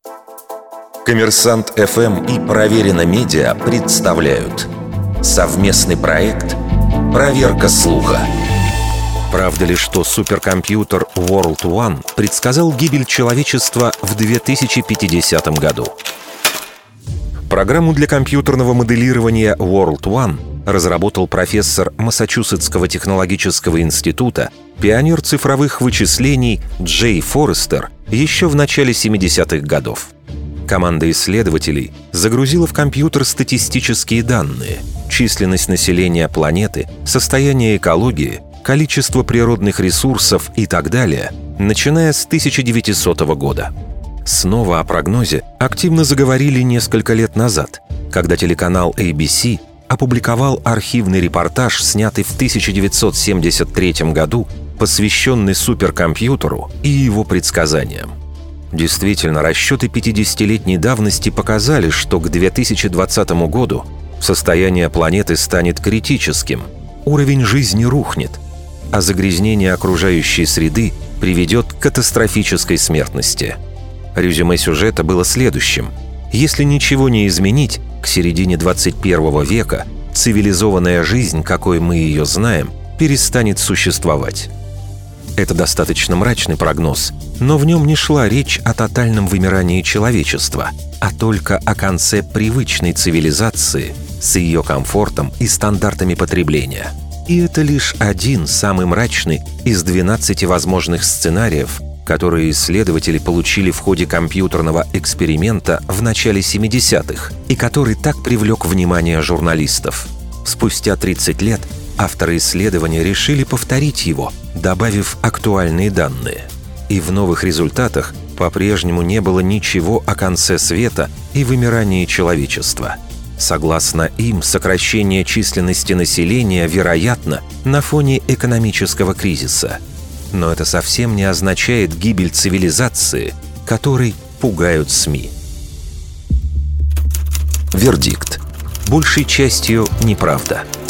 Коммерсант ФМ и Проверено Медиа представляют совместный проект «Проверка слуха». Правда ли, что суперкомпьютер World One предсказал гибель человечества в 2050 году? Программу для компьютерного моделирования World One разработал профессор Массачусетского технологического института, пионер цифровых вычислений Джей Форестер еще в начале 70-х годов. Команда исследователей загрузила в компьютер статистические данные: численность населения планеты, состояние экологии, количество природных ресурсов и так далее, начиная с 1900 года. Снова о прогнозе активно заговорили несколько лет назад, когда телеканал ABC опубликовал архивный репортаж, снятый в 1973 году, посвященный суперкомпьютеру и его предсказаниям. Действительно, расчеты 50-летней давности показали, что к 2020 году состояние планеты станет критическим, уровень жизни рухнет, а загрязнение окружающей среды приведет к катастрофической смертности. Резюме сюжета было следующим: если ничего не изменить, к середине 21 века цивилизованная жизнь, какой мы ее знаем, перестанет существовать. Это достаточно мрачный прогноз, но в нем не шла речь о тотальном вымирании человечества, а только о конце привычной цивилизации с ее комфортом и стандартами потребления. И это лишь один, самый мрачный из 12 возможных сценариев, которые исследователи получили в ходе компьютерного эксперимента в начале 70-х и который так привлек внимание журналистов. Спустя 30 лет авторы исследования решили повторить его, добавив актуальные данные. И в новых результатах по-прежнему не было ничего о конце света и вымирании человечества. Согласно им, сокращение численности населения вероятно на фоне экономического кризиса. Но это совсем не означает гибель цивилизации, которой пугают СМИ. Вердикт. Большей частью неправда.